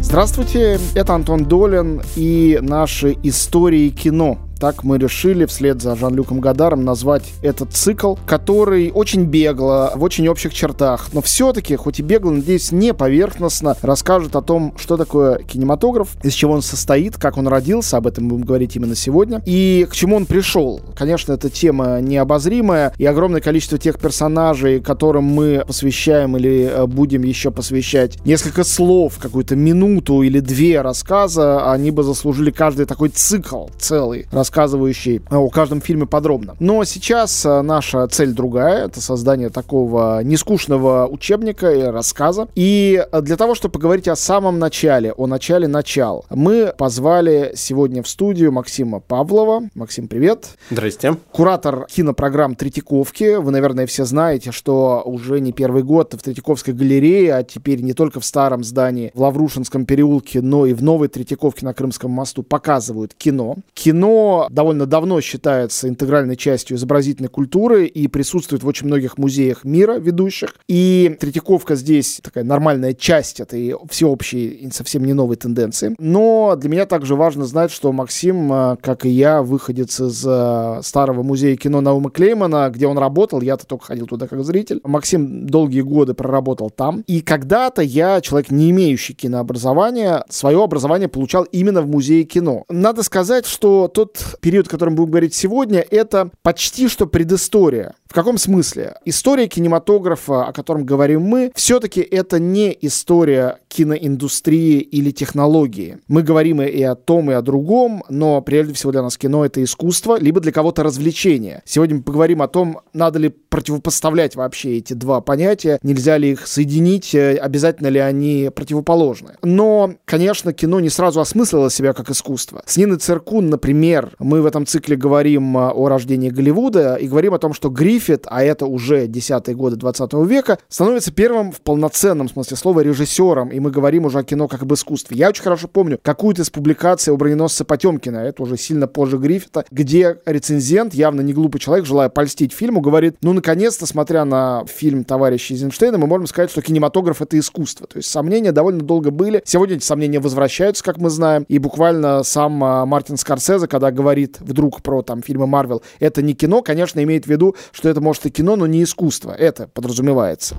Здравствуйте, это Антон Долин и наши истории кино. Так мы решили вслед за Жан-Люком Гадаром назвать этот цикл, который очень бегло, в очень общих чертах, но все-таки, хоть и бегло, надеюсь, не поверхностно, расскажет о том, что такое кинематограф, из чего он состоит, как он родился, об этом будем говорить именно сегодня, и к чему он пришел. Конечно, эта тема необозримая, и огромное количество тех персонажей, которым мы посвящаем или будем еще посвящать несколько слов, какую-то минуту или две рассказа, они бы заслужили каждый такой цикл целый, рассказывающий о каждом фильме подробно. Но сейчас наша цель другая. Это создание такого нескучного учебника и рассказа. И для того, чтобы поговорить о самом начале, о начале начал, мы позвали сегодня в студию Максима Павлова. Максим, привет. Здрасте. Куратор кинопрограмм Третьяковки. Вы, наверное, все знаете, что уже не первый год в Третьяковской галерее, а теперь не только в старом здании в Лаврушинском переулке, но и в новой Третьяковке на Крымском мосту показывают кино. Кино довольно давно считается интегральной частью изобразительной культуры и присутствует в очень многих музеях мира ведущих. И Третьяковка здесь такая нормальная часть этой всеобщей и совсем не новой тенденции. Но для меня также важно знать, что Максим, как и я, выходец из старого музея кино Наума Клеймана, где он работал, я-то только ходил туда как зритель. Максим долгие годы проработал там. И когда-то я, человек, не имеющий кинообразования, свое образование получал именно в музее кино. Надо сказать, что тот период, о котором будем говорить сегодня, это почти что предыстория. В каком смысле? История кинематографа, о котором говорим мы, все-таки это не история киноиндустрии или технологии. Мы говорим и о том, и о другом, но прежде всего для нас кино — это искусство, либо для кого-то развлечение. Сегодня мы поговорим о том, надо ли противопоставлять вообще эти два понятия, нельзя ли их соединить, обязательно ли они противоположны. Но, конечно, кино не сразу осмыслило себя как искусство. С Ниной Циркун, например, мы в этом цикле говорим о рождении Голливуда и говорим о том, что Гриффит, а это уже 10-е годы 20 века, становится первым в полноценном смысле слова режиссером, и мы говорим уже о кино как об искусстве. Я очень хорошо помню какую-то из публикаций о «Броненосце Потемкина», это уже сильно позже Гриффита, где рецензент, явно не глупый человек, желая польстить фильму, говорит: ну, наконец-то, смотря на фильм товарища Эйзенштейна, мы можем сказать, что кинематограф — это искусство. То есть сомнения довольно долго были. Сегодня эти сомнения возвращаются, как мы знаем, и буквально сам Мартин Скорсезе, когда говорит вдруг про там фильмы Марвел, это не кино, конечно, имеет в виду, что это может и кино, но не искусство. Это подразумевается.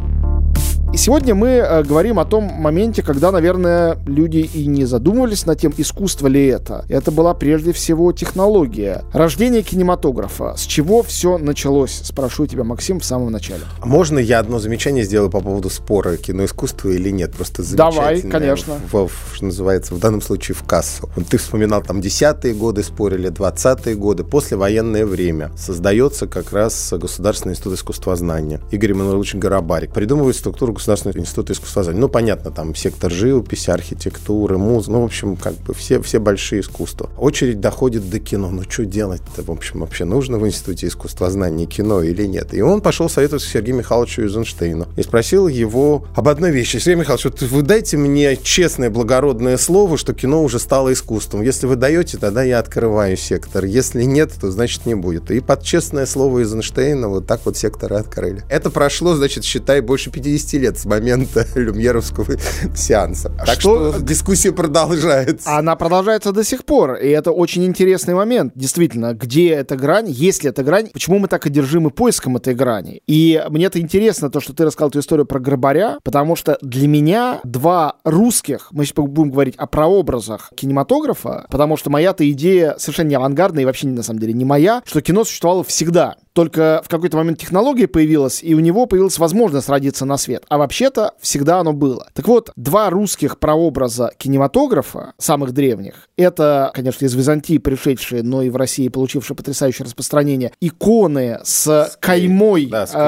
И сегодня мы говорим о том моменте, когда, наверное, люди и не задумывались над тем, искусство ли это. Это была прежде всего технология. Рождение кинематографа. С чего все началось? Спрошу тебя, Максим, в самом начале. Можно я одно замечание сделаю по поводу спора, киноискусство или нет? Просто замечательно. Давай, конечно. Что называется, в данном случае в кассу. Ты вспоминал, там, 10-е годы спорили, 20-е годы. Послевоенное время создается как раз Государственный институт искусствознания. Игорь Эммануилович Горобарик придумывает структуру Государственного института искусствознания. Ну, понятно, там сектор живописи, архитектуры, музыки, ну, в общем, как бы все большие искусства. Очередь доходит до кино. Ну, что делать-то? В общем, вообще нужно в институте искусствознания кино или нет? И он пошел советоваться к Сергею Михайловичу Эйзенштейну и спросил его об одной вещи. Сергей Михайлович, вот вы дайте мне честное, благородное слово, что кино уже стало искусством. Если вы даете, тогда я открываю сектор. Если нет, то, значит, не будет. И под честное слово Эйзенштейна вот так вот секторы открыли. Это прошло, значит, считай, больше 50 лет с момента люмьеровского сеанса. Так что дискуссия продолжается. Она продолжается до сих пор. И это очень интересный момент. Действительно, где эта грань, есть ли эта грань, почему мы так одержимы поиском этой грани. И мне это интересно, то, что ты рассказал эту историю про Грабаря, потому что для меня два русских, мы сейчас будем говорить о прообразах кинематографа, потому что моя-то идея совершенно не авангардная и вообще, на самом деле, не моя, что кино существовало всегда. Только в какой-то момент технология появилась, и у него появилась возможность родиться на свет. А вообще-то всегда оно было. Так вот, два русских прообраза кинематографа, самых древних, это, конечно, из Византии пришедшие, но и в России получившие потрясающее распространение, иконы с каймой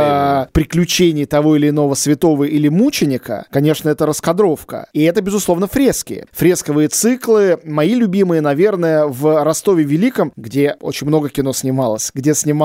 приключений того или иного святого или мученика, конечно, это раскадровка. И это, безусловно, фрески. Фресковые циклы, мои любимые, наверное, в Ростове-Великом, где очень много кино снималось, где снимался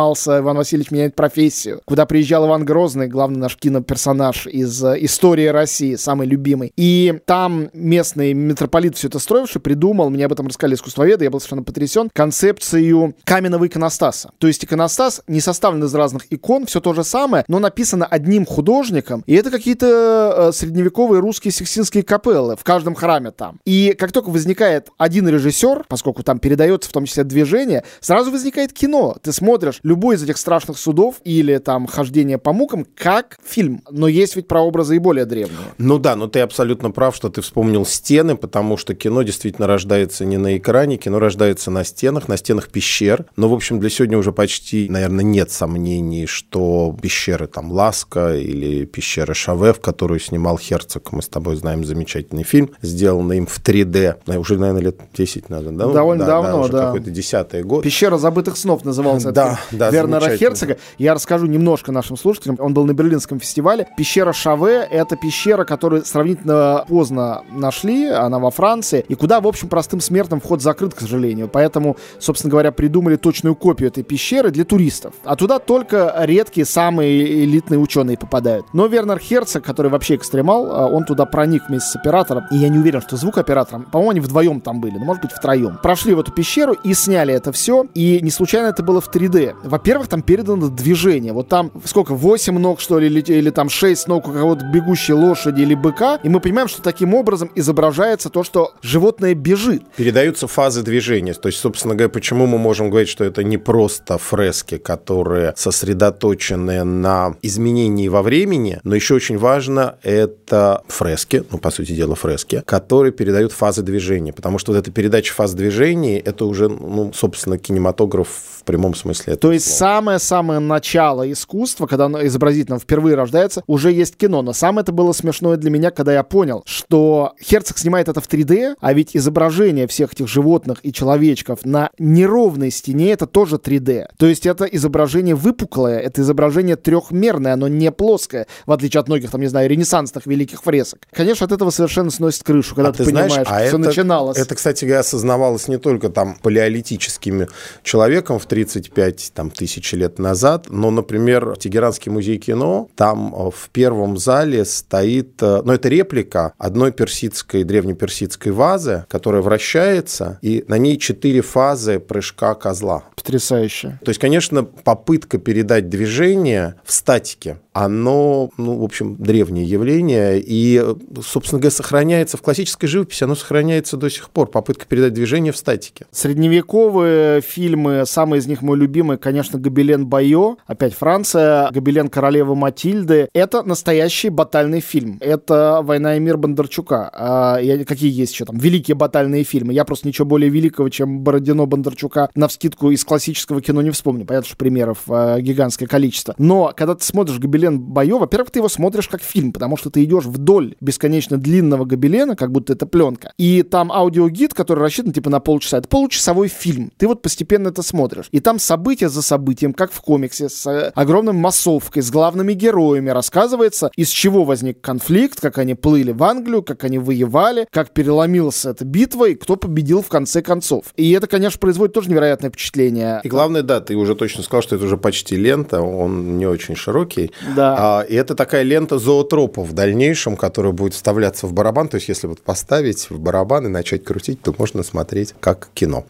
Иван Васильевич меняет профессию, куда приезжал Иван Грозный, главный наш киноперсонаж из истории России, самый любимый. И там местный митрополит, все это строивший, придумал, мне об этом рассказали искусствоведы, я был совершенно потрясен, концепцию каменного иконостаса. То есть иконостас не составлен из разных икон, все то же самое, но написано одним художником, и это какие-то средневековые русские сикстинские капеллы в каждом храме там. И как только возникает один режиссер, поскольку там передается в том числе движение, сразу возникает кино. Ты смотришь любой из этих страшных судов или там хождение по мукам как фильм. Но есть ведь прообразы и более древние. Ну да, но ты абсолютно прав, что ты вспомнил стены, потому что кино действительно рождается не на экране, кино рождается на стенах пещер. Но, в общем, для сегодня уже почти, наверное, нет сомнений, что пещеры там Ласка или пещера Шаве, в которую снимал Херцог, мы с тобой знаем замечательный фильм, сделанный им в 3D, уже, наверное, лет 10 назад, да? Довольно давно, уже да. Какой-то 10-й год. «Пещера забытых снов» назывался этот фильм Вернера Херцога. Я расскажу немножко нашим слушателям. Он был на Берлинском фестивале. Пещера Шаве — это пещера, которую сравнительно поздно нашли, она во Франции, и куда, в общем, простым смертным вход закрыт, к сожалению. Поэтому, собственно говоря, придумали точную копию этой пещеры для туристов. А туда только редкие, самые элитные ученые попадают. Но Вернер Херцог, который вообще экстремал, он туда проник вместе с оператором. И я не уверен, что звукооператором. По-моему, они вдвоем там были, но, может быть, втроем. Прошли в эту пещеру и сняли это все. И не случайно это было в 3D. Во-первых, там передано движение. Вот там, сколько, 8 ног, что ли, или там 6 ног у кого-то бегущей лошади или быка. И мы понимаем, что таким образом изображается то, что животное бежит. Передаются фазы движения. То есть, собственно говоря, почему мы можем говорить, что это не просто фрески, которые сосредоточены на изменении во времени, но еще очень важно, это фрески, по сути дела фрески, которые передают фазы движения. Потому что вот эта передача фаз движения, это уже, собственно, кинематограф в прямом смысле. То есть самое-самое начало искусства, когда оно изобразительно впервые рождается, уже есть кино. Но самое это было смешное для меня, когда я понял, что Херцог снимает это в 3D, а ведь изображение всех этих животных и человечков на неровной стене — это тоже 3D. То есть это изображение выпуклое, это изображение трехмерное, оно не плоское, в отличие от многих, там, не знаю, ренессансных великих фресок. Конечно, от этого совершенно сносит крышу, когда ты понимаешь, знаешь, что все начиналось. Это, кстати, осознавалось не только там палеолитическим человеком в 35 тысяч лет назад, но, например, Тегеранский музей кино, там в первом зале стоит, это реплика одной древнеперсидской вазы, которая вращается, и на ней 4 фазы прыжка козла. Потрясающе. То есть, конечно, попытка передать движение в статике, оно, в общем, древнее явление, и, собственно говоря, сохраняется в классической живописи, оно сохраняется до сих пор, попытка передать движение в статике. Средневековые фильмы, самый из них мой любимый, конечно, «Гобелен Байо», опять Франция, «Гобелен королевы Матильды». Это настоящий батальный фильм. Это «Война и мир» Бондарчука. Какие есть еще там великие батальные фильмы? Я просто ничего более великого, чем Бородино Бондарчука, навскидку из классического кино не вспомню. Понятно, что примеров гигантское количество. Но когда ты смотришь «Гобелен Байо», во-первых, ты его смотришь как фильм, потому что ты идешь вдоль бесконечно длинного гобелена, как будто это пленка. И там аудиогид, который рассчитан на полчаса. Это получасовой фильм. Ты постепенно это смотришь. И там событие за событием, как в комиксе, с огромной массовкой, с главными героями рассказывается, из чего возник конфликт, как они плыли в Англию, как они воевали, как переломилась эта битва и кто победил в конце концов. И это, конечно, производит тоже невероятное впечатление. И главное, да, ты уже точно сказал, что это уже почти лента, он не очень широкий. Да. И это такая лента зоотропа в дальнейшем, которая будет вставляться в барабан. То есть, если поставить в барабан и начать крутить, то можно смотреть как кино.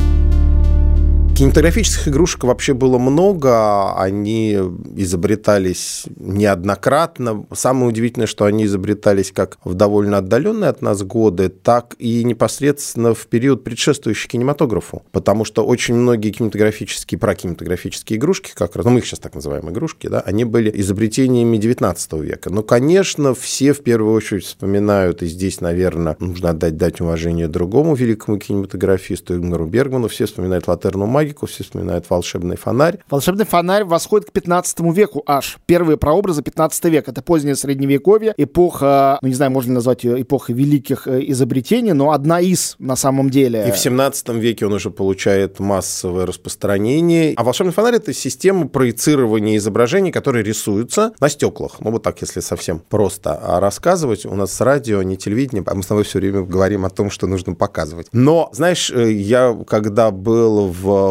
Кинематографических игрушек вообще было много, они изобретались неоднократно. Самое удивительное, что они изобретались как в довольно отдаленные от нас годы, так и непосредственно в период, предшествующий кинематографу. Потому что очень многие кинематографические игрушки, как раз, мы их сейчас так называем игрушки, да, они были изобретениями 19 века. Но, конечно, все в первую очередь вспоминают, и здесь, наверное, нужно дать уважение другому великому кинематографисту Ингмару Бергману, все вспоминают «Латерну магику», все вспоминают «Волшебный фонарь». «Волшебный фонарь» восходит к 15 веку аж. Первые прообразы 15 века. Это позднее Средневековье, эпоха, не знаю, можно ли назвать ее эпохой великих изобретений, но одна из, на самом деле. И в 17 веке он уже получает массовое распространение. А «Волшебный фонарь» — это система проецирования изображений, которые рисуются на стеклах. Вот так, если совсем просто рассказывать. У нас радио, не телевидение, а мы с тобой все время говорим о том, что нужно показывать. Но, знаешь, я когда был в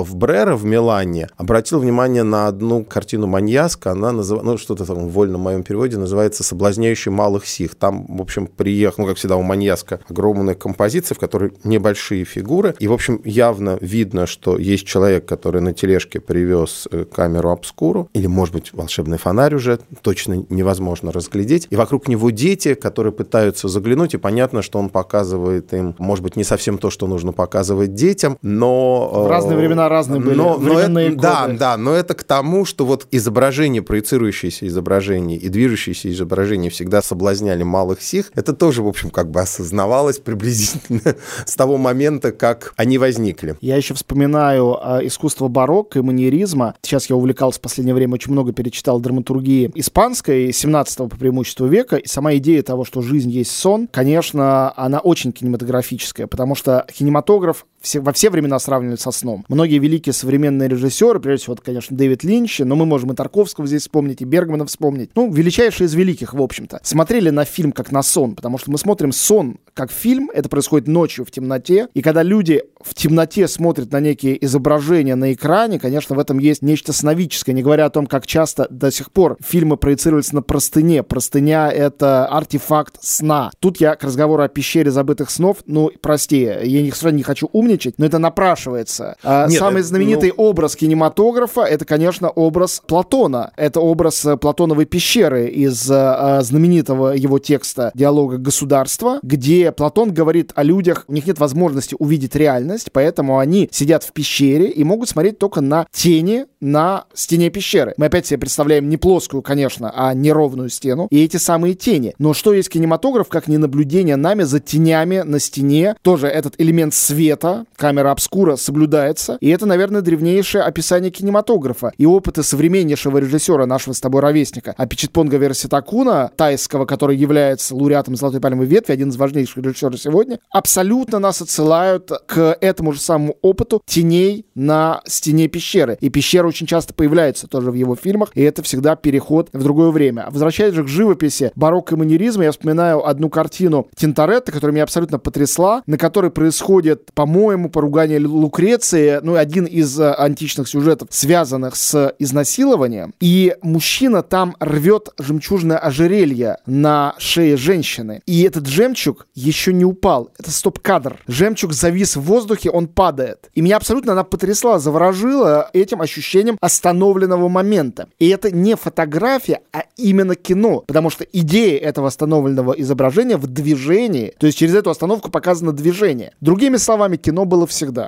в Бреро в Милане, обратил внимание на одну картину Маньяска, она называется, что-то там в вольном моем переводе называется «Соблазняющий малых сих». Там, в общем, приехал, как всегда у Маньяска, огромная композиция, в которой небольшие фигуры, и, в общем, явно видно, что есть человек, который на тележке привез камеру обскуру, или, может быть, волшебный фонарь уже, точно невозможно разглядеть, и вокруг него дети, которые пытаются заглянуть, и понятно, что он показывает им, может быть, не совсем то, что нужно показывать детям, но... В разные времена разные были временные коды. Да, но это к тому, что вот изображение, проецирующееся изображение и движущееся изображение всегда соблазняли малых сих, это тоже, в общем, как бы осознавалось приблизительно с того момента, как они возникли. Я еще вспоминаю искусство барокко и маньеризма. Сейчас я увлекался в последнее время, очень много перечитал драматургии испанской, 17-го по преимуществу века, и сама идея того, что жизнь есть сон, конечно, она очень кинематографическая, потому что кинематограф во все времена сравнивали со сном. Многие великие современные режиссеры, прежде всего, конечно, Дэвид Линч, но мы можем и Тарковского здесь вспомнить, и Бергмана вспомнить. Величайшие из великих, в общем-то. Смотрели на фильм как на сон, потому что мы смотрим сон как фильм, это происходит ночью в темноте, и когда люди в темноте смотрят на некие изображения на экране, конечно, в этом есть нечто сновидческое, не говоря о том, как часто до сих пор фильмы проецируются на простыне. Простыня — это артефакт сна. Тут я к разговору о пещере забытых снов, прости, я не хочу умничать, но это напрашивается. Самый знаменитый образ кинематографа — это, конечно, образ Платона. Это образ Платоновой пещеры из знаменитого его текста «Диалога государства», где Платон говорит о людях, у них нет возможности увидеть реальность, поэтому они сидят в пещере и могут смотреть только на тени на стене пещеры. Мы опять себе представляем не плоскую, конечно, а неровную стену, и эти самые тени. Но что есть кинематограф, как не наблюдение нами за тенями на стене? Тоже этот элемент света, камера обскура соблюдается, и это, наверное, древнейшее описание кинематографа. И опыты современнейшего режиссера, нашего с тобой ровесника, Апичитпонга Вераситакуна, тайского, который является лауреатом «Золотой пальмовой ветви», один из важнейших режиссеров сегодня, абсолютно нас отсылают к этому же самому опыту теней на стене пещеры. И пещера очень часто появляется тоже в его фильмах, и это всегда переход в другое время. Возвращаясь же к живописи барокко и маньеризма, я вспоминаю одну картину Тинторетто, которая меня абсолютно потрясла, на которой происходит, по-моему, поругание Лукреции, один из античных сюжетов, связанных с изнасилованием, и мужчина там рвет жемчужное ожерелье на шее женщины. И этот жемчуг еще не упал. Это стоп-кадр. Жемчуг завис в воздухе, он падает. И меня абсолютно она потрясла, заворожила этим ощущением остановленного момента. И это не фотография, а именно кино. Потому что идея этого остановленного изображения в движении, то есть через эту остановку показано движение. Другими словами, кино было всегда.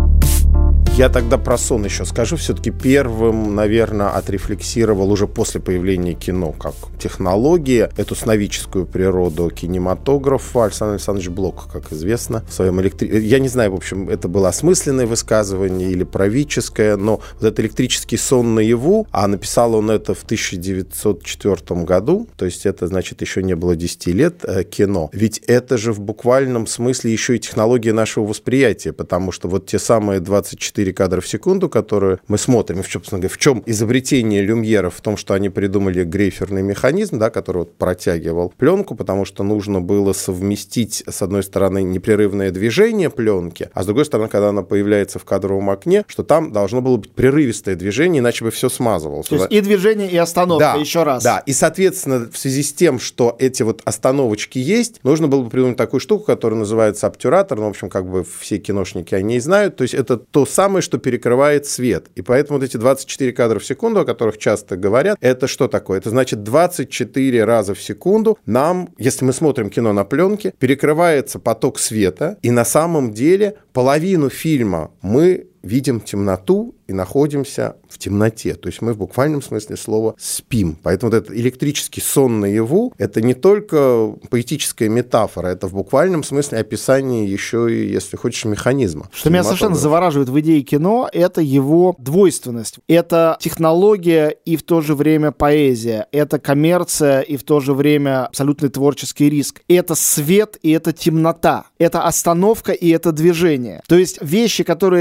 Я тогда про сон еще скажу. Все-таки первым, наверное, отрефлексировал уже после появления кино как технологии эту сновидческую природу кинематографа Александр Александрович Блок, как известно, в своем Я не знаю, в общем, это было осмысленное высказывание или правительское, но вот этот электрический сон наяву, а написал он это в 1904 году, то есть это, значит, еще не было 10 лет кино. Ведь это же в буквальном смысле еще и технология нашего восприятия, потому что вот те самые 24 кадра в секунду, которые мы смотрим, в чем изобретение люмьера в том, что они придумали грейферный механизм, да, который вот протягивал пленку, потому что нужно было совместить, с одной стороны, непрерывное движение пленки, а с другой стороны, когда она появляется в кадровом окне, что там должно было быть прерывистое движение, иначе бы все смазывалось. То есть и движение, и остановка, еще раз. Да, и, соответственно, в связи с тем, что эти вот остановочки есть, нужно было бы придумать такую штуку, которая называется обтюратор, в общем, как бы все киношники о ней знают, то есть это то самое, что перекрывает свет. И поэтому вот эти 24 кадра в секунду, о которых часто говорят, это что такое? Это значит 24 раза в секунду нам, если мы смотрим кино на пленке, перекрывается поток света, и на самом деле половину фильма мы видим темноту и находимся в темноте. То есть мы в буквальном смысле слова спим. Поэтому вот этот электрический сон наяву — это не только поэтическая метафора, это в буквальном смысле описание еще и, если хочешь, механизма. Что меня совершенно завораживает в идее кино, это его двойственность. Это технология и в то же время поэзия. Это коммерция и в то же время абсолютный творческий риск. Это свет и это темнота. Это остановка и это движение. То есть вещи, которые в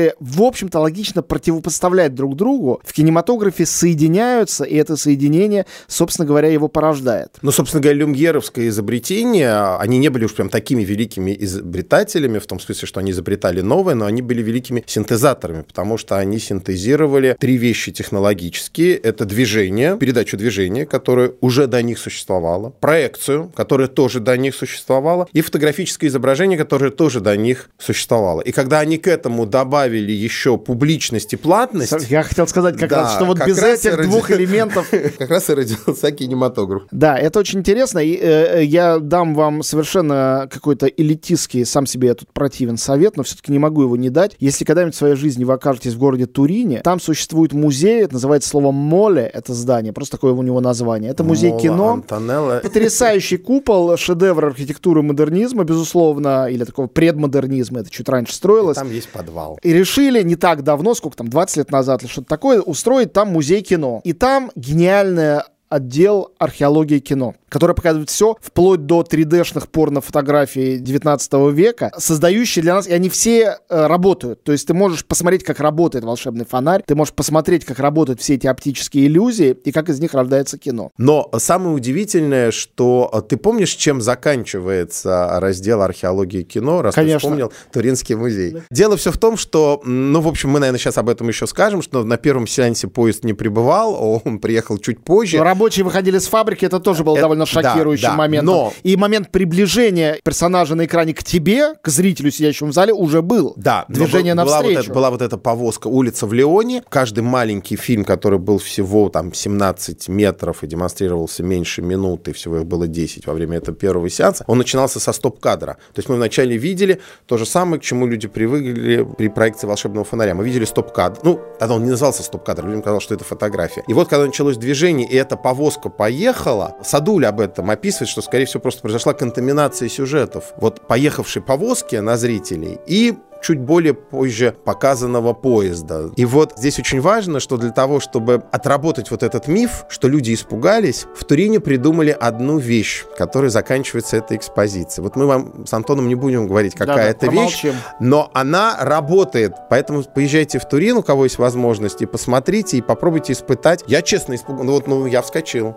общем-то, логично противопоставлять друг другу, в кинематографе соединяются, и это соединение, собственно говоря, его порождает. Ну, собственно говоря, люмьеровское изобретение, они не были уж прям такими великими изобретателями, в том смысле, что они изобретали новое, но они были великими синтезаторами, потому что они синтезировали три вещи технологические. Это движение, передачу движения, которое уже до них существовало, проекцию, которая тоже до них существовала, и фотографическое изображение, которое тоже до них существовало. И когда они к этому добавили еще публичность и платность... Я хотел сказать как раз, что вот без этих двух элементов... Как раз и родился кинематограф. Да, это очень интересно. И я дам вам совершенно какой-то элитистский, сам себе я тут противен совет, но все-таки не могу его не дать. Если когда-нибудь в своей жизни вы окажетесь в городе Турине, там существует музей, это называется слово «Моле», это здание, просто такое у него название. Это музей кино. Антонелло. Потрясающий купол, шедевр архитектуры модернизма, безусловно, или такого предмодернизма, это чуть раньше строилось. Там есть подвал. И решили не так давно, сколько там, 20 лет назад или что-то такое, устроить там музей кино. И там гениальная отдел археологии кино, который показывает все, вплоть до 3D-шных порнофотографий 19 века, создающие для нас, и они все работают. То есть ты можешь посмотреть, как работает волшебный фонарь, ты можешь посмотреть, как работают все эти оптические иллюзии, и как из них рождается кино. Но самое удивительное, что ты помнишь, чем заканчивается раздел археологии кино, раз Конечно. Ты вспомнил Туринский музей. Да. Дело все в том, что, ну, в общем, мы, наверное, сейчас об этом еще скажем, что на первом сеансе поезд не прибывал, он приехал чуть позже. Рабочие выходили с фабрики, это тоже был довольно шокирующий момент. Но... И момент приближения персонажа на экране к тебе, к зрителю, сидящему в зале, уже был. Да, движение навстречу. Была вот эта повозка «Улица в Лионе». Каждый маленький фильм, который был всего там 17 метров и демонстрировался меньше минуты, всего их было 10 во время этого первого сеанса, он начинался со стоп-кадра. То есть мы вначале видели то же самое, к чему люди привыкли при проекции «Волшебного фонаря». Мы видели стоп-кадр. Ну, тогда он не назывался стоп-кадр, людям казалось, что это фотография. И вот когда началось движение, и эта повозка поехала, Садуль об этом описывает, что, скорее всего, просто произошла контаминация сюжетов. Вот поехавшей повозки на зрителей и чуть более позже показанного поезда. И вот здесь очень важно, что для того, чтобы отработать вот этот миф, что люди испугались, в Турине придумали одну вещь, которая заканчивается этой экспозицией. Вот мы вам с Антоном не будем говорить, какая это вещь, но она работает. Поэтому поезжайте в Турин, у кого есть возможность, и посмотрите, и попробуйте испытать. Я честно испугался. Я вскочил.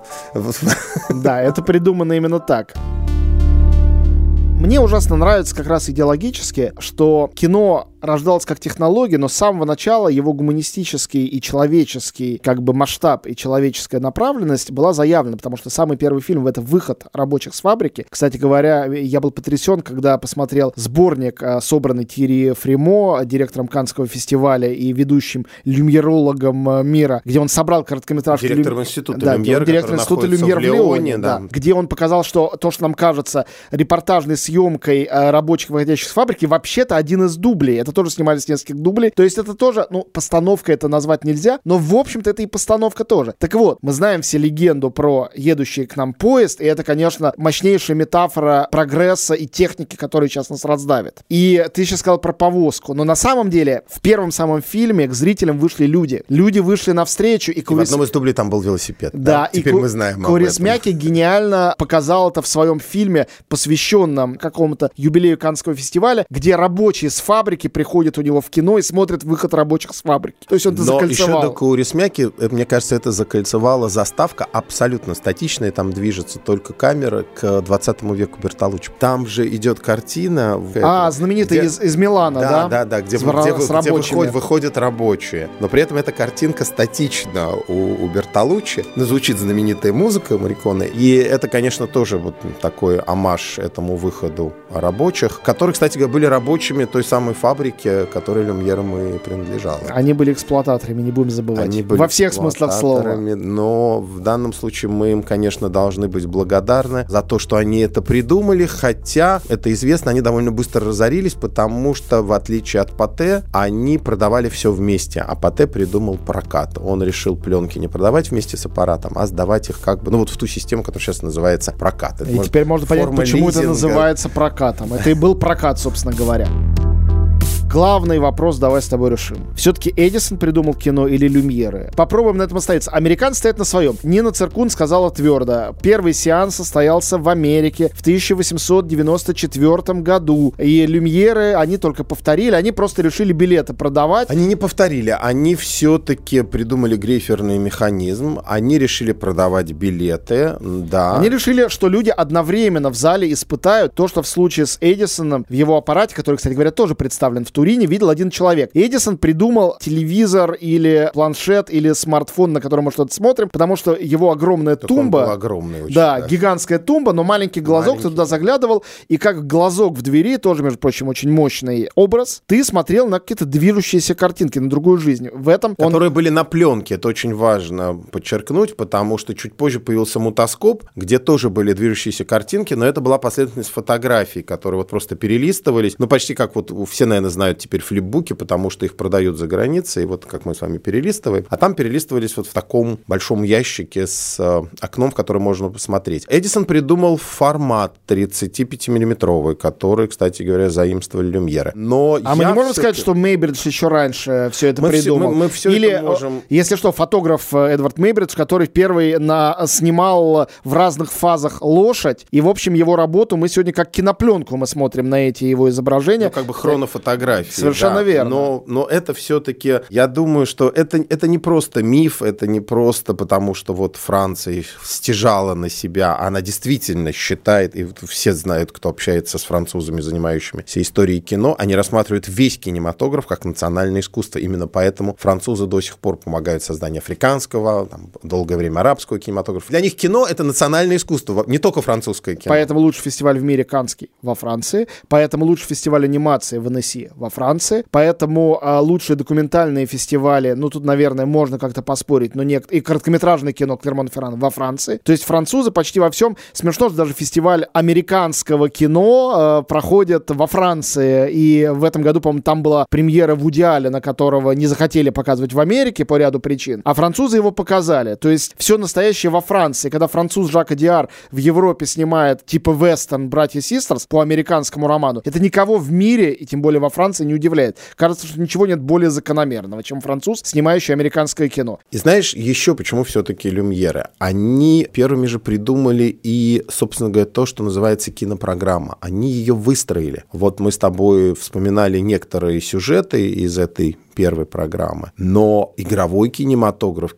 Да, это придумано именно так. Мне ужасно нравится как раз идеологически, что кино рождалось как технология, но с самого начала его гуманистический и человеческий как бы масштаб и человеческая направленность была заявлена, потому что самый первый фильм — это «Выход рабочих с фабрики». Кстати говоря, я был потрясен, когда посмотрел сборник, собранный Тьерри Фримо, директором Каннского фестиваля и ведущим люмьерологом мира, где он собрал короткометражки... Директор института Люмьер, директор института Люмьер в Лионе, да, где он показал, что то, что нам кажется репортажной съемкой рабочих, выходящих с фабрики, вообще-то один из дублей. Это тоже снимались нескольких дублей. То есть это тоже, постановка это назвать нельзя, но, в общем-то, это и постановка тоже. Так вот, мы знаем все легенду про едущий к нам поезд, и это, конечно, мощнейшая метафора прогресса и техники, которая сейчас нас раздавит. И ты сейчас сказал про повозку, но на самом деле в первом самом фильме к зрителям вышли люди. Люди вышли навстречу, и в одном из дублей там был велосипед. Да, теперь мы знаем Kaurismäki гениально показал это в своем фильме, посвященном какому-то юбилею Каннского фестиваля, где рабочие с фабрики приходят у него в кино и смотрят «Выход рабочих с фабрики». То есть он это закольцевал. Но еще до Kaurismäki, мне кажется, это закольцевала заставка абсолютно статичная, там движется только камера к 20 веку Бертолуччи. Там же идет картина... знаменитая из Милана, да? Да, где выходят рабочие. Но при этом эта картинка статична у Бертолуччи. Звучит знаменитая музыка Морриконе. И это, конечно, тоже вот такой оммаж этому выходу рабочих, которые, кстати говоря, были рабочими той самой фабрики, которой Люмьерам и принадлежала. Они были эксплуататорами, не будем забывать. Во всех смыслах слова. Но в данном случае мы им, конечно, должны быть благодарны за то, что они это придумали, хотя, это известно, они довольно быстро разорились, потому что, в отличие от Патте, они продавали все вместе, а Патте придумал прокат. Он решил пленки не продавать вместе с аппаратом, а сдавать их как бы, вот в ту систему, которая сейчас называется прокат. И теперь можно понять, почему это называется прокатом. Это и был прокат, собственно говоря. главный вопрос давай с тобой решим. Все-таки Эдисон придумал кино или люмьеры? Попробуем на этом остановиться. Американцы стоят на своем. Нина Циркун сказала твердо. Первый сеанс состоялся в Америке в 1894 году. И люмьеры, они только повторили, они просто решили билеты продавать. Они не повторили, они все-таки придумали грейферный механизм, они решили продавать билеты, да. Они решили, что люди одновременно в зале испытают то, что в случае с Эдисоном в его аппарате, который, кстати говоря, тоже представлен в Турине, видел один человек. Эдисон придумал телевизор или планшет или смартфон, на котором мы что-то смотрим, потому что его огромная тумба... Он был огромный очень, да, гигантская тумба, но маленький глазок, ты туда заглядывал, и как глазок в двери, тоже, между прочим, очень мощный образ, ты смотрел на какие-то движущиеся картинки, на другую жизнь. В этом которые были на пленке, это очень важно подчеркнуть, потому что чуть позже появился мутаскоп, где тоже были движущиеся картинки, но это была последовательность фотографий, которые вот просто перелистывались, ну, почти как вот все, наверное, знают теперь флипбуки, потому что их продают за границей, и вот как мы с вами перелистываем, а там перелистывались вот в таком большом ящике с окном, в который можно посмотреть. Эдисон придумал формат 35-миллиметровый, который, кстати говоря, заимствовали люмьеры. Но мы не можем сказать, что Мейбридж еще раньше все это придумал? Мы все Или, это можем... если что, фотограф Эдвард Мейбридж, который первый снимал в разных фазах лошадь, и, в общем, его работу мы сегодня как кинопленку мы смотрим на эти его изображения. Ну, как бы хронофотографии. Совершенно да. верно. Но это все-таки, я думаю, что это не просто миф, это не просто потому, что вот Франция стяжала на себя, она действительно считает, и все знают, кто общается с французами, занимающимися историей кино, они рассматривают весь кинематограф как национальное искусство. Именно поэтому французы до сих пор помогают созданию африканского, там, долгое время арабского кинематографа. Для них кино — это национальное искусство, не только французское кино. Поэтому лучший фестиваль в мире Каннский во Франции, поэтому лучший фестиваль анимации в Аннесси во Франции, поэтому лучшие документальные фестивали, ну тут, наверное, можно как-то поспорить, но нет, и короткометражное кино Клермон-Ферран во Франции. То есть французы почти во всем. Смешно, что даже фестиваль американского кино проходит во Франции, и в этом году, по-моему, там была премьера Вуди Аллена, которого не захотели показывать в Америке по ряду причин, а французы его показали. То есть все настоящее во Франции. Когда француз Жак Одиар в Европе снимает типа вестерн «Братья Систерс» по американскому роману, это никого в мире, и тем более во Франции, не удивляет. Кажется, что ничего нет более закономерного, чем француз, снимающий американское кино. И знаешь, еще почему все-таки люмьеры? Они первыми же придумали и, собственно говоря, то, что называется кинопрограмма. Они ее выстроили. Вот мы с тобой вспоминали некоторые сюжеты из этой первой программы. Но игровой кинематограф,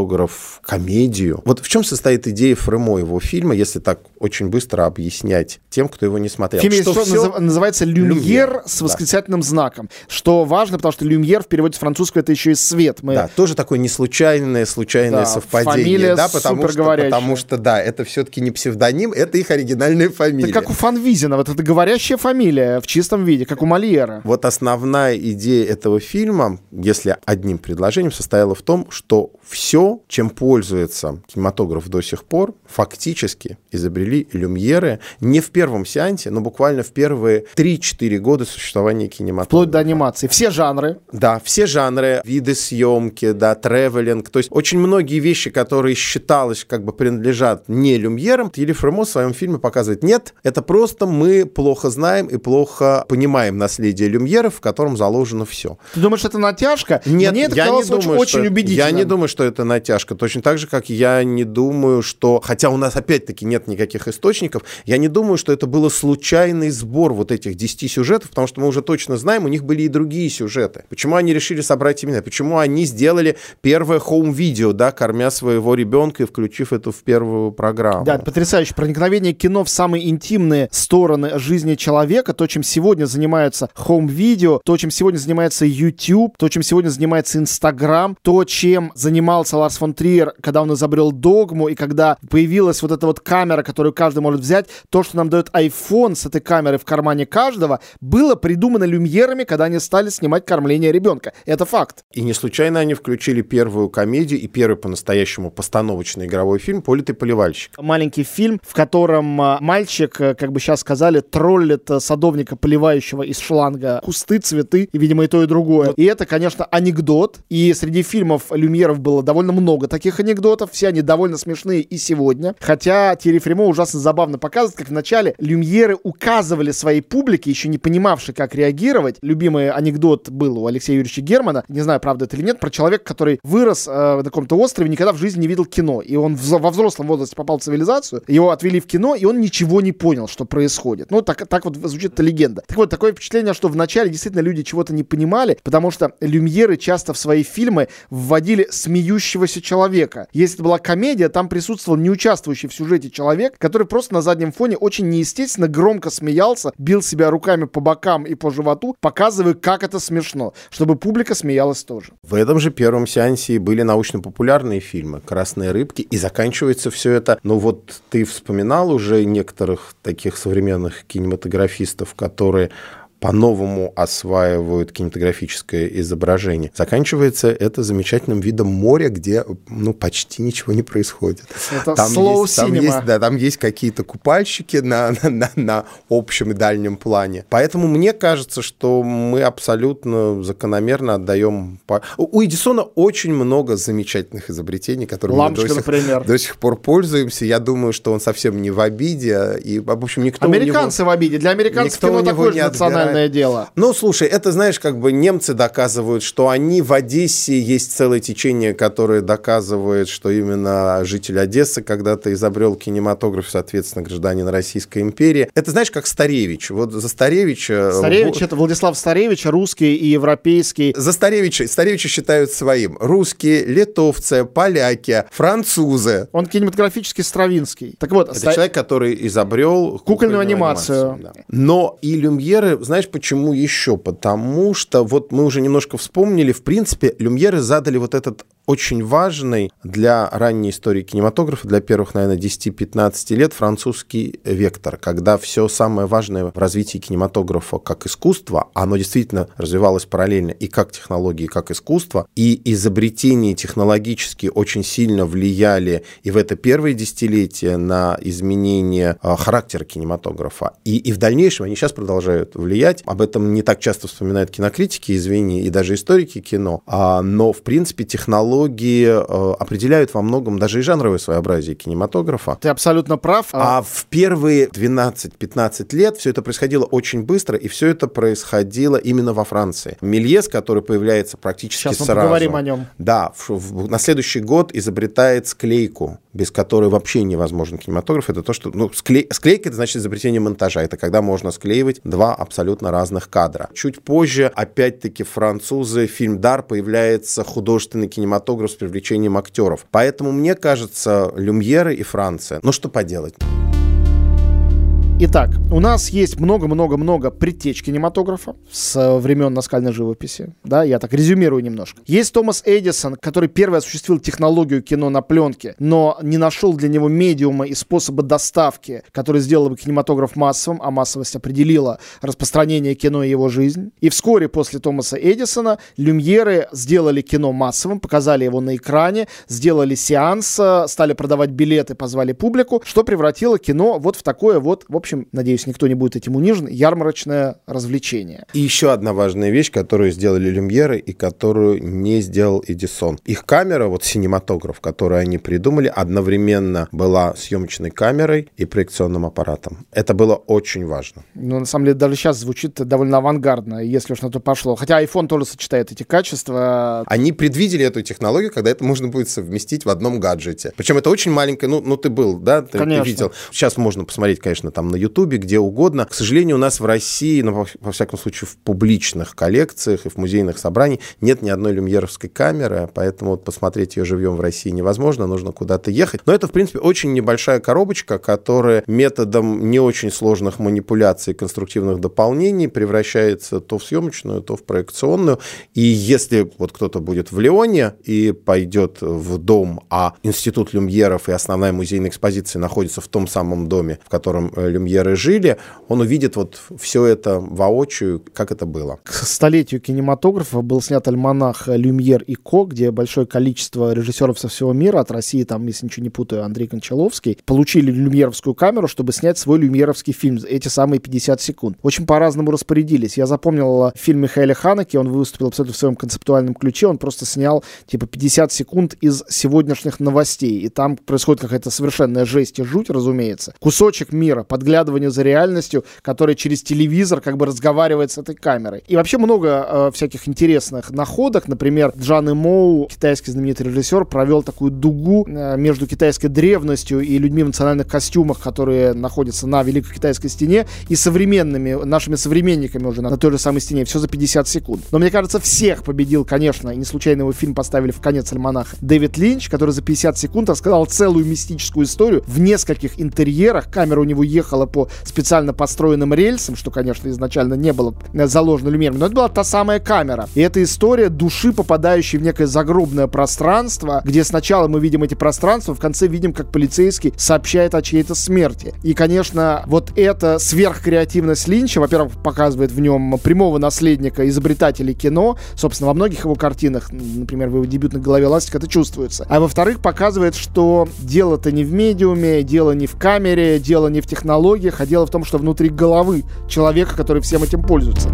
комедию. Вот в чем состоит идея Фремо его фильма, если так очень быстро объяснять тем, кто его не смотрел? Фильм называется «Люмьер» с восклицательным знаком. Что важно, потому что «люмьер» в переводе с французского это еще и свет. Да, тоже такое не случайное совпадение. Да, потому что, да, это все-таки не псевдоним, это их оригинальная фамилия. Это как у Фанвизина, вот это говорящая фамилия в чистом виде, как у Мольера. Вот основная идея этого фильма, если одним предложением, состояла в том, что все, чем пользуется кинематограф до сих пор, фактически изобрели люмьеры не в первом сеансе, но буквально в первые 3-4 года существования кинематографа. Вплоть до анимации. Все жанры. Да, все жанры, виды съемки, да, тревелинг. То есть очень многие вещи, которые считалось как бы принадлежат не люмьерам, Тьерри Фремо в своем фильме показывает, нет, это просто мы плохо знаем и плохо понимаем наследие люмьеров, в котором заложено все. Ты думаешь, это натяжка? Нет, мне это я казалось не думаю, очень убедительно. Я не думаю, что это натяжка. Точно так же, как я не думаю, что... Хотя у нас опять-таки нет никаких источников, я не думаю, что это был случайный сбор вот этих 10 сюжетов, потому что мы уже точно знаем, у них были и другие сюжеты. Почему они решили собрать именно? Почему они сделали первое хоум-видео, да, кормя своего ребенка и включив это в первую программу? Да, это потрясающе. Проникновение кино в самые интимные стороны жизни человека, то, чем сегодня занимаются хоум-видео, то, чем сегодня занимается YouTube, то, чем сегодня занимается Instagram, то, чем занимался Ларс фон Триер, когда он изобрел догму, и когда появилась вот эта вот камера, которую каждый может взять, то, что нам дает iPhone с этой камерой в кармане каждого, было придумано люмьерами, когда они стали снимать кормление ребенка. Это факт. И не случайно они включили первую комедию и первый по-настоящему постановочный игровой фильм «Политый поливальщик». Маленький фильм, в котором мальчик, как бы сейчас сказали, троллит садовника, поливающего из шланга кусты, цветы, и, видимо, и то, и другое. И это, конечно, анекдот. И среди фильмов люмьеров было довольно много таких анекдотов. Все они довольно смешные и сегодня. Хотя Тьерри Фримо ужасно забавно показывает, как вначале люмьеры указывали своей публике, еще не понимавшей, как реагировать. Любимый анекдот был у Алексея Юрьевича Германа, не знаю, правда это или нет, про человека, который вырос на каком-то острове, никогда в жизни не видел кино. И он во взрослом возрасте попал в цивилизацию, его отвели в кино, и он ничего не понял, что происходит. Ну, так вот звучит эта легенда. Так вот, такое впечатление, что вначале действительно люди чего-то не понимали, потому что люмьеры часто в свои фильмы вводили смеющегося человека. Если это была комедия, там присутствовал не участвующий в сюжете человек, который просто на заднем фоне очень неестественно громко смеялся, бил себя руками по бокам и по животу, показывая, как это смешно, чтобы публика смеялась тоже. В этом же первом сеансе были научно-популярные фильмы «Красные рыбки», и заканчивается все это, ну вот ты вспоминал уже некоторых таких современных кинематографистов, которые по-новому осваивают кинематографическое изображение. Заканчивается это замечательным видом моря, где почти ничего не происходит. Это slow cinema. Там есть какие-то купальщики на общем и дальнем плане. Поэтому мне кажется, что мы абсолютно закономерно отдаем... У Эдисона очень много замечательных изобретений, которыми мы до сих пор пользуемся. Я думаю, что он совсем не в обиде. И, в общем, никто американцы в обиде. Для американцев кино такое же национальное дело. Ну, слушай, это, знаешь, как бы немцы доказывают, что они в Одессе, есть целое течение, которое доказывает, что именно житель Одессы когда-то изобрел кинематограф, соответственно, гражданин Российской империи. Это, знаешь, как Старевич. Вот за Старевича... Старевич, это Владислав Старевич, русский и европейский. За Старевича считают своим. Русские, литовцы, поляки, французы. Он кинематографический Стравинский. Так вот, это человек, который изобрел кукольную анимацию. Да. Но и люмьеры, знаешь, почему еще? Потому что, вот мы уже немножко вспомнили, в принципе, люмьеры задали вот этот очень важный для ранней истории кинематографа, для первых, наверное, 10-15 лет французский вектор, когда все самое важное в развитии кинематографа как искусства, оно действительно развивалось параллельно и как технологии, и как искусство, и изобретения технологические очень сильно влияли и в это первое десятилетие на изменение характера кинематографа. И в дальнейшем они сейчас продолжают влиять. Об этом не так часто вспоминают кинокритики, извини, и даже историки кино, но, в принципе, технологии определяют во многом даже и жанровое своеобразие кинематографа. Ты абсолютно прав. А в первые 12-15 лет все это происходило очень быстро, и все это происходило именно во Франции. Мельес, который появляется практически сразу. Сейчас мы поговорим о нем. Да, на следующий год изобретает склейку, без которой вообще невозможен кинематограф. Это то, что... склейка — это значит изобретение монтажа. Это когда можно склеивать два абсолютно разных кадра. Чуть позже, опять-таки, французы, фильм «Дар», появляется художественный кинематограф с привлечением актеров. Поэтому, мне кажется, люмьеры и Франция. Ну, что поделать? Итак, у нас есть много-много-много предтеч кинематографа с времен наскальной живописи. Да, я так резюмирую немножко. Есть Томас Эдисон, который первый осуществил технологию кино на пленке, но не нашел для него медиума и способа доставки, который сделал бы кинематограф массовым, а массовость определила распространение кино и его жизнь. И вскоре после Томаса Эдисона люмьеры сделали кино массовым, показали его на экране, сделали сеанс, стали продавать билеты, позвали публику, что превратило кино вот в такое вот, в общем, надеюсь, никто не будет этим унижен, ярмарочное развлечение. И еще одна важная вещь, которую сделали люмьеры и которую не сделал Эдисон. Их камера, вот синематограф, который они придумали, одновременно была съемочной камерой и проекционным аппаратом. Это было очень важно. Ну, на самом деле, даже сейчас звучит довольно авангардно, если уж на то пошло. Хотя iPhone тоже сочетает эти качества. Они предвидели эту технологию, когда это можно будет совместить в одном гаджете. Причем это очень маленькое, ну ты был, да? Ты видел. Сейчас можно посмотреть, конечно, там на Ютубе, где угодно. К сожалению, у нас в России, во всяком случае, в публичных коллекциях и в музейных собраниях нет ни одной люмьеровской камеры, поэтому вот посмотреть ее живьем в России невозможно, нужно куда-то ехать. Но это, в принципе, очень небольшая коробочка, которая методом не очень сложных манипуляций и конструктивных дополнений превращается то в съемочную, то в проекционную. И если вот кто-то будет в Лионе и пойдет в дом, а Институт люмьеров и основная музейная экспозиция находится в том самом доме, в котором люмьеры люмьеры жили, он увидит вот все это воочию, как это было. К столетию кинематографа был снят альманах «Люмьер и Ко», где большое количество режиссеров со всего мира, от России, там, если ничего не путаю, Андрей Кончаловский, получили люмьеровскую камеру, чтобы снять свой люмьеровский фильм, эти самые 50 секунд. Очень по-разному распорядились. Я запомнил фильм Михаэля Ханеке, он выступил абсолютно в своем концептуальном ключе, он просто снял типа 50 секунд из сегодняшних новостей, и там происходит какая-то совершенная жесть и жуть, разумеется. Кусочек мира, подглядывание за реальностью, который через телевизор как бы разговаривает с этой камерой. И вообще много всяких интересных находок. Например, Джан Имоу, китайский знаменитый режиссер, провел такую дугу между китайской древностью и людьми в национальных костюмах, которые находятся на Великой Китайской стене, и современными, нашими современниками уже на той же самой стене. Все за 50 секунд. Но мне кажется, всех победил, конечно, и не случайно его фильм поставили в конец альманаха, Дэвид Линч, который за 50 секунд рассказал целую мистическую историю в нескольких интерьерах. Камера у него ехала по специально построенным рельсам, что, конечно, изначально не было заложено люмьером, но это была та самая камера. И это история души, попадающей в некое загробное пространство, где сначала мы видим эти пространства, в конце видим, как полицейский сообщает о чьей-то смерти. И, конечно, вот эта сверхкреативность Линча, во-первых, показывает в нем прямого наследника изобретателей кино. Собственно, во многих его картинах, например, в его дебютной «Голове ластик» это чувствуется. А во-вторых, показывает, что дело-то не в медиуме, дело не в камере, дело не в технологиях, а дело в том, что внутри головы человека, который всем этим пользуется.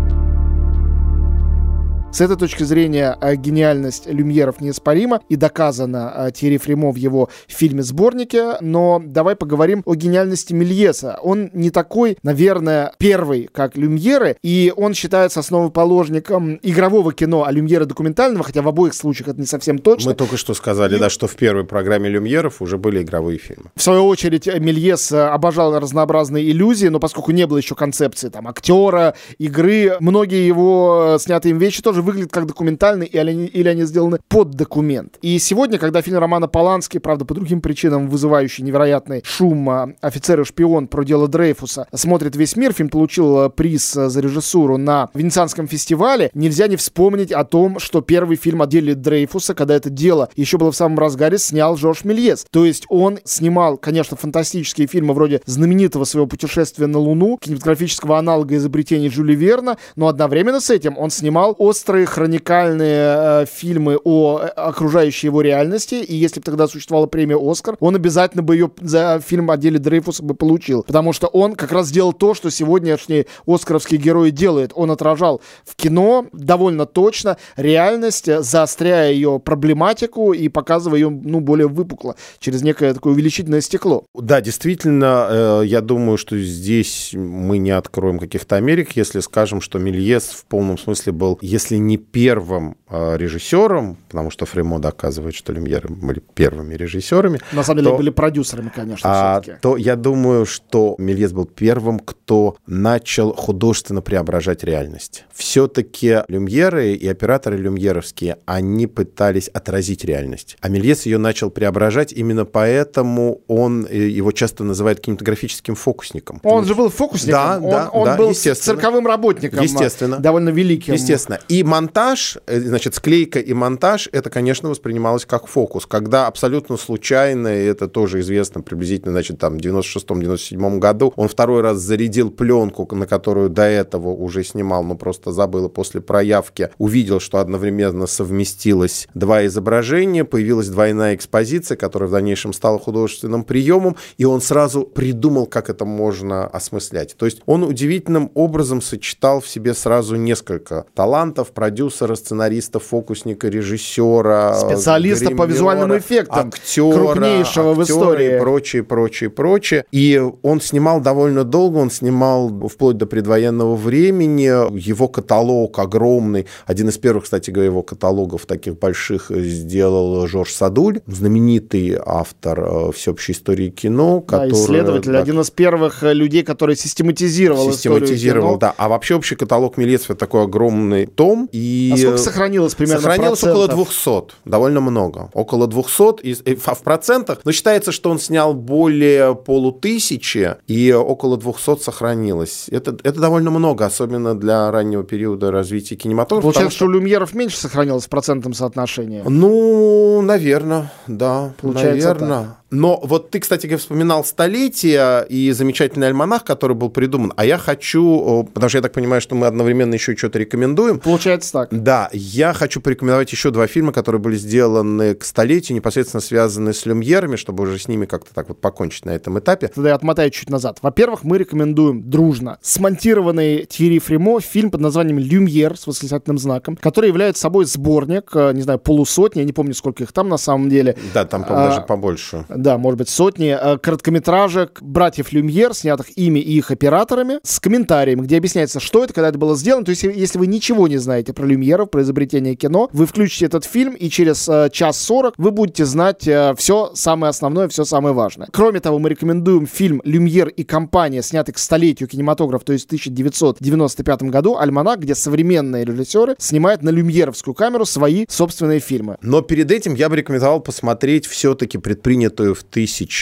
С этой точки зрения гениальность люмьеров неоспорима и доказана Тьерри Фримо в его фильме-сборнике, но давай поговорим о гениальности Мельеса. Он не такой, наверное, первый, как люмьеры, и он считается основоположником игрового кино, а люмьеры документального, хотя в обоих случаях это не совсем точно. Мы только что сказали, да, что в первой программе люмьеров уже были игровые фильмы. В свою очередь, Мельес обожал разнообразные иллюзии, но поскольку не было еще концепции там актера, игры, многие его снятые им вещи тоже выглядят как документальные, или они сделаны под документ. И сегодня, когда фильм Романа Полански, правда, по другим причинам вызывающий невероятный шум, «Офицер и шпион» про дело Дрейфуса, смотрит весь мир, фильм получил приз за режиссуру на Венецианском фестивале, нельзя не вспомнить о том, что первый фильм о деле Дрейфуса, когда это дело еще было в самом разгаре, снял Жорж Мельес. То есть он снимал, конечно, фантастические фильмы вроде знаменитого своего «Путешествия на Луну», кинематографического аналога изобретений Жюля Верна, но одновременно с этим он снимал острые хроникальные фильмы о окружающей его реальности, и если бы тогда существовала премия «Оскар», он обязательно бы ее за фильм о деле Дрейфуса бы получил, потому что он как раз сделал то, что сегодняшние оскаровские герои делают. Он отражал в кино довольно точно реальность, заостряя ее проблематику и показывая ее, более выпукло, через некое такое увеличительное стекло. Да, действительно, я думаю, что здесь мы не откроем каких-то Америк, если скажем, что Мельес в полном смысле был, если не первым режиссером, потому что Фримо доказывает, что люмьеры были первыми режиссерами. На самом деле были продюсерами, конечно, все-таки. То я думаю, что Мельес был первым, кто начал художественно преображать реальность. Все-таки люмьеры и операторы люмьеровские, они пытались отразить реальность. А Мельес ее начал преображать, именно поэтому он его часто называют кинематографическим фокусником. Он же был фокусником, он был цирковым работником, довольно великим. Естественно. И монтаж, значит, склейка и монтаж, это, конечно, воспринималось как фокус. Когда абсолютно случайно, и это тоже известно, приблизительно, значит, там, в 96-97 году, он второй раз зарядил пленку, на которую до этого уже снимал, но просто забыл, и после проявки увидел, что одновременно совместилось два изображения, появилась двойная экспозиция, которая в дальнейшем стала художественным приемом, и он сразу придумал, как это можно осмыслять. То есть он удивительным образом сочетал в себе сразу несколько талантов: продюсера, сценариста, фокусника, режиссера, специалиста гримера, по визуальным эффектам, актера, крупнейшего в истории, и прочее. И он снимал довольно долго, он снимал вплоть до предвоенного времени. Его каталог огромный. Один из первых, кстати говоря, его каталогов таких больших сделал Жорж Садуль, знаменитый автор всеобщей истории кино. Исследователь, один из первых людей, который систематизировал историю кино. Да. А вообще общий каталог Мельеса — это такой огромный том. И а сколько сохранилось примерно сохранилось процентов? Около 200. Довольно много. Около 200. И в процентах. Но считается, что он снял более 500, и около 200 сохранилось. Это довольно много, особенно для раннего периода развития кинематографа. Получается, что у люмьеров меньше сохранилось в процентном соотношении? Ну, наверное, да. Получается, наверное. Но вот ты, кстати, вспоминал «Столетие» и замечательный альманах, который был придуман. А я хочу, потому что я так понимаю, что мы одновременно еще что-то рекомендуем. Получается так. Да, я хочу порекомендовать еще 2 фильма, которые были сделаны к столетию, непосредственно связаны с люмьерами, чтобы уже с ними как-то так вот покончить на этом этапе. Тогда я отмотаю чуть назад. Во-первых, мы рекомендуем дружно смонтированный Тьерри Фримо фильм под названием «Люмьер» с восклицательным знаком, который является собой сборник, не знаю, полусотни, я не помню, сколько их там на самом деле. Да, там, по-моему, даже побольше. Да, может быть, сотни короткометражек братьев Люмьер, снятых ими и их операторами, с комментариями, где объясняется, что это, когда это было сделано. То есть, если вы ничего не знаете про Люмьеров, про изобретение кино, вы включите этот фильм, и через 1:40 вы будете знать все самое основное, все самое важное. Кроме того, мы рекомендуем фильм «Люмьер и компания», снятый к столетию кинематографа, то есть в 1995 году, «Альманах», где современные режиссеры снимают на люмьеровскую камеру свои собственные фильмы. Но перед этим я бы рекомендовал посмотреть все-таки предпринятую в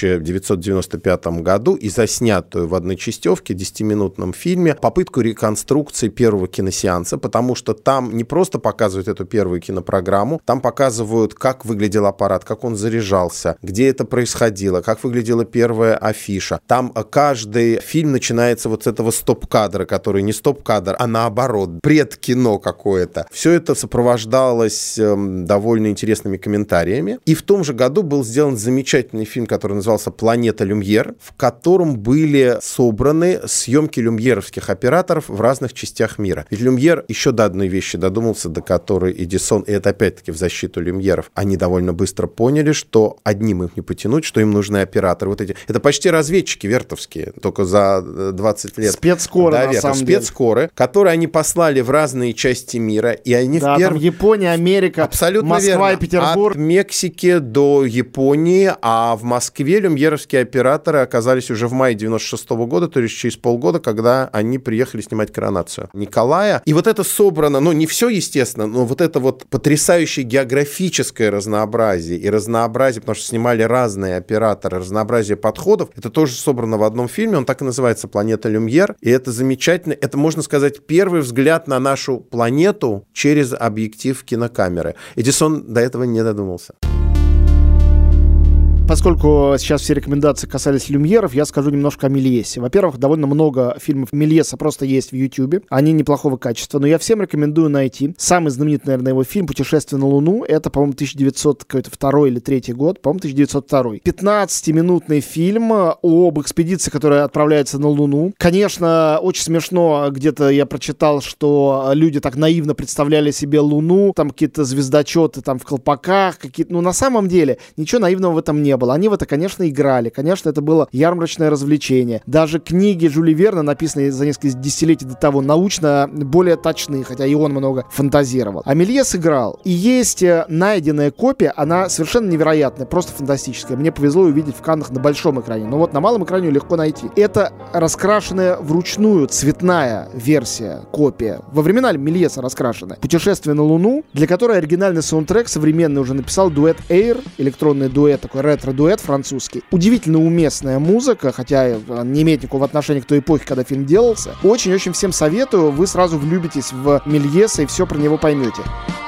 1995 году и заснятую в одночастевке 10-минутном фильме попытку реконструкции первого киносеанса, потому что там не просто показывают эту первую кинопрограмму, там показывают, как выглядел аппарат, как он заряжался, где это происходило, как выглядела первая афиша. Там каждый фильм начинается вот с этого стоп-кадра, который не стоп-кадр, а наоборот, предкино какое-то. Все это сопровождалось довольно интересными комментариями. И в том же году был сделан замечательный фильм, который назывался «Планета Люмьер», в котором были собраны съемки люмьеровских операторов в разных частях мира. Ведь Люмьер еще до одной вещи додумался, до которой Эдисон, и это опять-таки в защиту люмьеров, они довольно быстро поняли, что одним их не потянуть, что им нужны операторы. Вот эти. Это почти разведчики вертовские, только за 20 лет. Спецскоры, да, на самом деле. Спецскоры, которые они послали в разные части мира, и они да, там Япония, Америка, абсолютно Москва верно. и Петербург. От Мексики до Японии, а в Москве люмьеровские операторы оказались уже в мае 96 года, то есть через полгода, когда они приехали снимать «Коронацию» Николая. И вот это собрано, ну, не все, естественно, но вот это вот потрясающее географическое разнообразие и разнообразие, потому что снимали разные операторы, разнообразие подходов, это тоже собрано в одном фильме, он так и называется «Планета Люмьер», и это замечательно, это, можно сказать, первый взгляд на нашу планету через объектив кинокамеры. Эдисон до этого не додумался. Поскольку сейчас все рекомендации касались люмьеров, я скажу немножко о Мельесе. Во-первых, довольно много фильмов Мельеса просто есть в Ютьюбе. Они неплохого качества, но я всем рекомендую найти. Самый знаменитый, наверное, его фильм «Путешествие на Луну». Это, по-моему, 1902 или 1903 год. По-моему, 1902. 15-минутный фильм об экспедиции, которая отправляется на Луну. Конечно, очень смешно. Где-то я прочитал, что люди так наивно представляли себе Луну. Там какие-то звездочеты там в колпаках. Какие-то... Ну, на самом деле, ничего наивного в этом не было. Они в это, конечно, играли. Конечно, это было ярмарочное развлечение. Даже книги Жюля Верна, написанные за несколько десятилетий до того, научно более точны, хотя и он много фантазировал. А Мельес играл. И есть найденная копия, она совершенно невероятная, просто фантастическая. Мне повезло увидеть в Каннах на большом экране. Но вот на малом экране ее легко найти. Это раскрашенная вручную цветная версия, копия. Во времена Мельеса раскрашенная. «Путешествие на Луну», для которой оригинальный саундтрек современный уже написал дуэт Air, электронный дуэт, такой ретро-дуэт французский. Удивительно уместная музыка, хотя не имеет никакого отношения к той эпохе, когда фильм делался. Очень-очень всем советую, вы сразу влюбитесь в Мельеса и все про него поймете.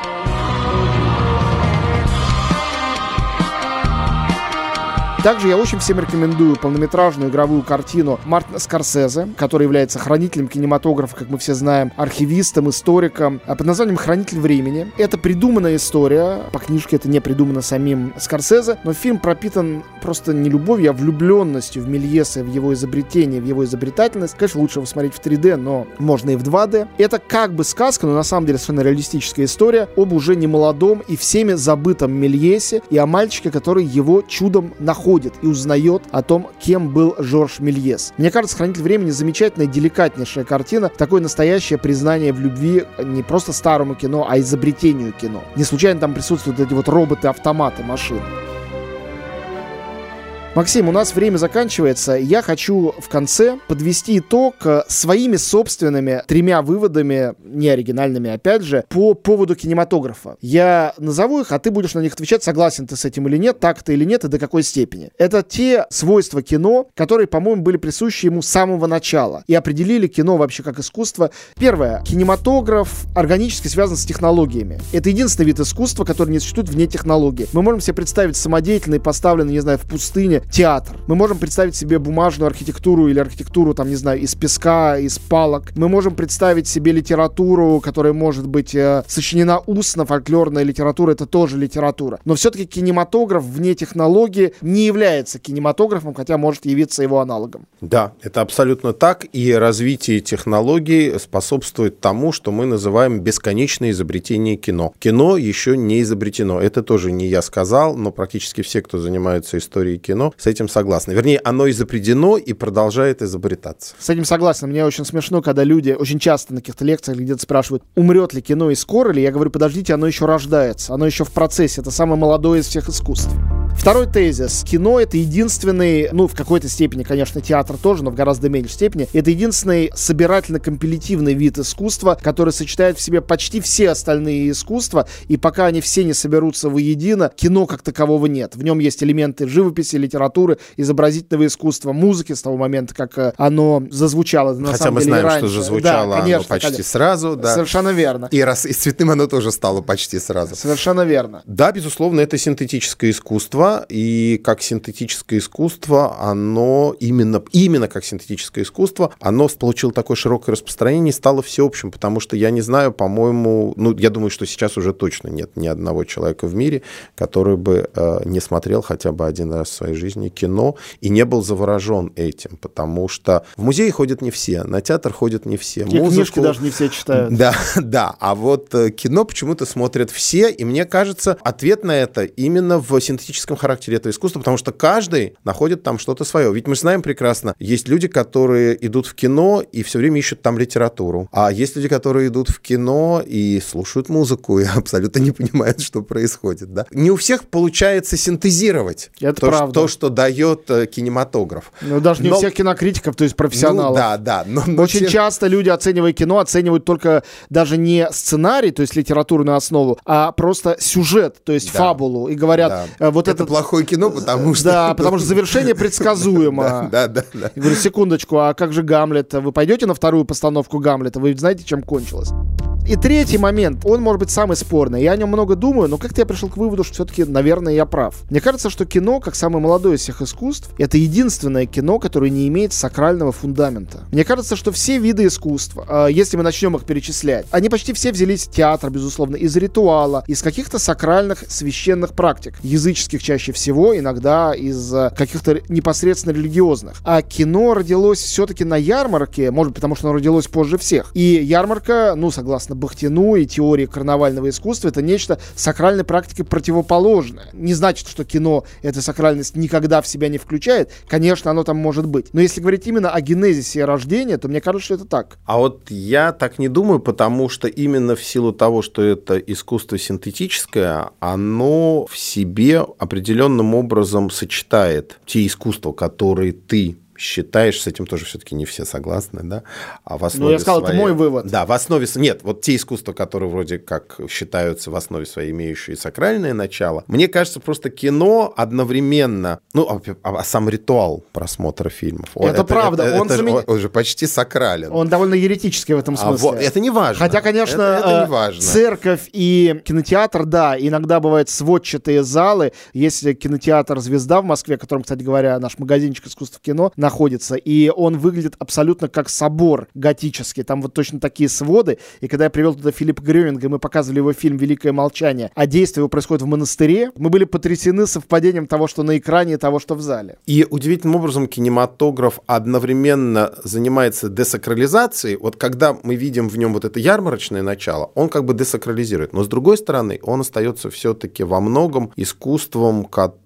Также я очень всем рекомендую полнометражную игровую картину Мартина Скорсезе, который является хранителем кинематографа, как мы все знаем, архивистом, историком, под названием «Хранитель времени». Это придуманная история, по книжке это не придумано самим Скорсезе, но фильм пропитан просто не любовью, а влюбленностью в Мельеса, в его изобретение, в его изобретательность. Конечно, лучше его смотреть в 3D, но можно и в 2D. Это как бы сказка, но на самом деле совершенно реалистическая история об уже немолодом и всеми забытом Мельесе и о мальчике, который его чудом находит и узнает о том, кем был Жорж Мельес. Мне кажется, «Хранитель времени» замечательная, деликатнейшая картина, такое настоящее признание в любви не просто старому кино, а изобретению кино. Не случайно там присутствуют эти вот роботы-автоматы, машины. Максим, у нас время заканчивается. Я хочу в конце подвести итог своими собственными 3 выводами, не оригинальными, опять же, по поводу кинематографа. Я назову их, а ты будешь на них отвечать, согласен ты с этим или нет, так ты или нет, и до какой степени. Это те свойства кино, которые, по-моему, были присущи ему с самого начала и определили кино вообще как искусство. Первое. Кинематограф органически связан с технологиями. Это единственный вид искусства, который не существует вне технологий. Мы можем себе представить самодеятельный, поставленный, не знаю, в пустыне театр. Мы можем представить себе бумажную архитектуру или архитектуру, там, не знаю, из песка, из палок. Мы можем представить себе литературу, которая может быть сочинена устно, фольклорная литература, это тоже литература. Но все-таки кинематограф вне технологии не является кинематографом, хотя может явиться его аналогом. Да, это абсолютно так, и развитие технологий способствует тому, что мы называем бесконечное изобретение кино. Кино еще не изобретено. Это тоже не я сказал, но практически все, кто занимается историей кино, с этим согласны. Вернее, оно изобретено и продолжает изобретаться. С этим согласен. Мне очень смешно, когда люди очень часто на каких-то лекциях где-то спрашивают, умрет ли кино и скоро ли. Я говорю, подождите, оно еще рождается, оно еще в процессе. Это самое молодое из всех искусств. Второй тезис. Кино — это единственный, в какой-то степени, конечно, театр тоже, но в гораздо меньшей степени, это единственный собирательно-компилятивный вид искусства, который сочетает в себе почти все остальные искусства, и пока они все не соберутся воедино, кино как такового нет. В нем есть элементы живописи, литературы, изобразительного искусства, музыки с того момента, как оно зазвучало. Хотя мы знаем, что зазвучало, да, конечно, оно почти сразу. Да. Совершенно верно. И цветным оно тоже стало почти сразу. Совершенно верно. Да, безусловно, это синтетическое искусство, и как синтетическое искусство, оно именно как синтетическое искусство, оно получило такое широкое распространение и стало всеобщим, потому что я не знаю, по-моему, я думаю, что сейчас уже точно нет ни одного человека в мире, который бы не смотрел хотя бы один раз в своей жизни кино и не был заворожен этим, потому что в музей ходят не все, на театр ходят не все. И книжки даже не все читают. Да, а вот кино почему-то смотрят все, и мне кажется, ответ на это именно в синтетическом характере этого искусства, потому что каждый находит там что-то свое. Ведь мы знаем прекрасно, есть люди, которые идут в кино и все время ищут там литературу, а есть люди, которые идут в кино и слушают музыку и абсолютно не понимают, что происходит. Да? Не у всех получается синтезировать то, что дает кинематограф. Даже не у всех кинокритиков, то есть профессионалов. Да. Очень часто люди, оценивая кино, оценивают только даже не сценарий, то есть литературную основу, а просто сюжет, то есть фабулу, и говорят, это плохое кино, потому что... Да, потому что завершение предсказуемо. Да. Я говорю, секундочку, а как же Гамлет? Вы пойдете на вторую постановку Гамлета? Вы знаете, чем кончилось? И третий момент, он может быть самый спорный. Я о нем много думаю, но как-то я пришел к выводу, что все-таки, наверное, я прав. Мне кажется, что кино, как самое молодое из всех искусств, это единственное кино, которое не имеет сакрального фундамента. Мне кажется, что все виды искусства, если мы начнем их перечислять, они почти все взялись театр, безусловно, из ритуала, из каких-то сакральных священных практик, языческих чаще всего, иногда из каких-то непосредственно религиозных. А кино родилось все-таки на ярмарке, может быть, потому что оно родилось позже всех. И ярмарка, согласно Бахтину и теории карнавального искусства, это нечто сакральной практике противоположное. Не значит, что кино эту сакральность никогда в себя не включает. Конечно, оно там может быть. Но если говорить именно о генезисе рождения, то мне кажется, что это так. А вот я так не думаю, потому что именно в силу того, что это искусство синтетическое, оно в себе определенным образом сочетает те искусства, которые ты считаешь, с этим тоже все-таки не все согласны, да? А в основе я сказал, это мой вывод. Да, в основе... Нет, вот те искусства, которые вроде как считаются в основе своей имеющие сакральное начало, мне кажется, просто кино одновременно... сам ритуал просмотра фильмов. Это правда. Он же почти сакрален. Он довольно еретический в этом смысле. Это не важно. Хотя, конечно, это не важно. Церковь и кинотеатр, да, иногда бывают сводчатые залы. Есть кинотеатр «Звезда» в Москве, в котором, кстати говоря, наш магазинчик искусств кино находится, и он выглядит абсолютно как собор готический, там вот точно такие своды, и когда я привел туда Филиппа Грёнинга, мы показывали его фильм «Великое молчание», а действие его происходит в монастыре, мы были потрясены совпадением того, что на экране, и того, что в зале. И удивительным образом кинематограф одновременно занимается десакрализацией, вот когда мы видим в нем вот это ярмарочное начало, он как бы десакрализирует, но с другой стороны, он остается все-таки во многом искусством,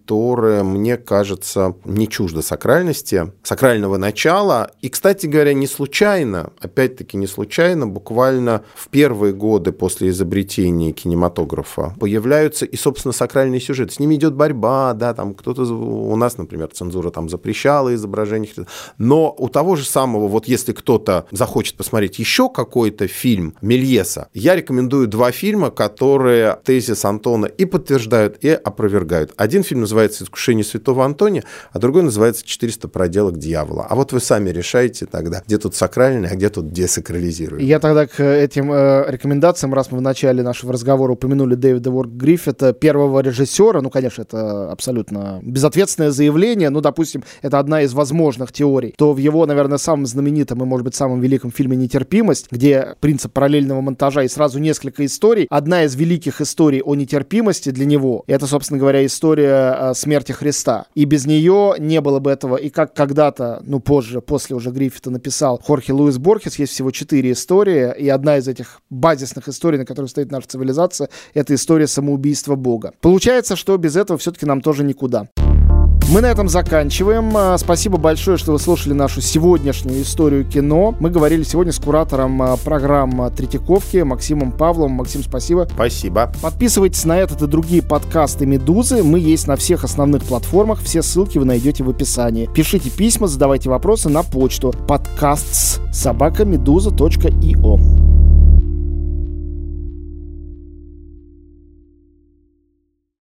которое, мне кажется, не чуждо сакральности, сакрального начала. И, кстати говоря, не случайно, опять-таки не случайно, буквально в первые годы после изобретения кинематографа появляются и, собственно, сакральные сюжеты. С ними идет борьба, да, там кто-то у нас, например, цензура там запрещала изображение. Но у того же самого, вот если кто-то захочет посмотреть еще какой-то фильм Мельеса, я рекомендую 2 фильма, которые тезис Антона и подтверждают, и опровергают. Один фильм называется «Искушение святого Антония», а другой называется «400 проделок дьявола». А вот вы сами решаете тогда, где тут сакральное, а где тут десакрализируемое. Я тогда к этим рекомендациям, раз мы в начале нашего разговора упомянули Дэвида Уорк-Гриффита, первого режиссера, ну, конечно, это абсолютно безответственное заявление, ну, допустим, это одна из возможных теорий, то в его, наверное, самом знаменитом и, может быть, самом великом фильме «Нетерпимость», где принцип параллельного монтажа и сразу несколько историй, одна из великих историй о нетерпимости для него, это, собственно говоря, история смерти Христа. И без нее не было бы этого. И как когда-то, ну, позже, после уже Гриффита написал Хорхе Луис Борхес, есть всего 4 истории, и одна из этих базисных историй, на которой стоит наша цивилизация, это история самоубийства Бога. Получается, что без этого все-таки нам тоже никуда. Мы на этом заканчиваем. Спасибо большое, что вы слушали нашу сегодняшнюю историю кино. Мы говорили сегодня с куратором программ «Третьяковки» Максимом Павловым. Максим, спасибо. Спасибо. Подписывайтесь на этот и другие подкасты «Медузы». Мы есть на всех основных платформах. Все ссылки вы найдете в описании. Пишите письма, задавайте вопросы на почту подкастс@meduza.io.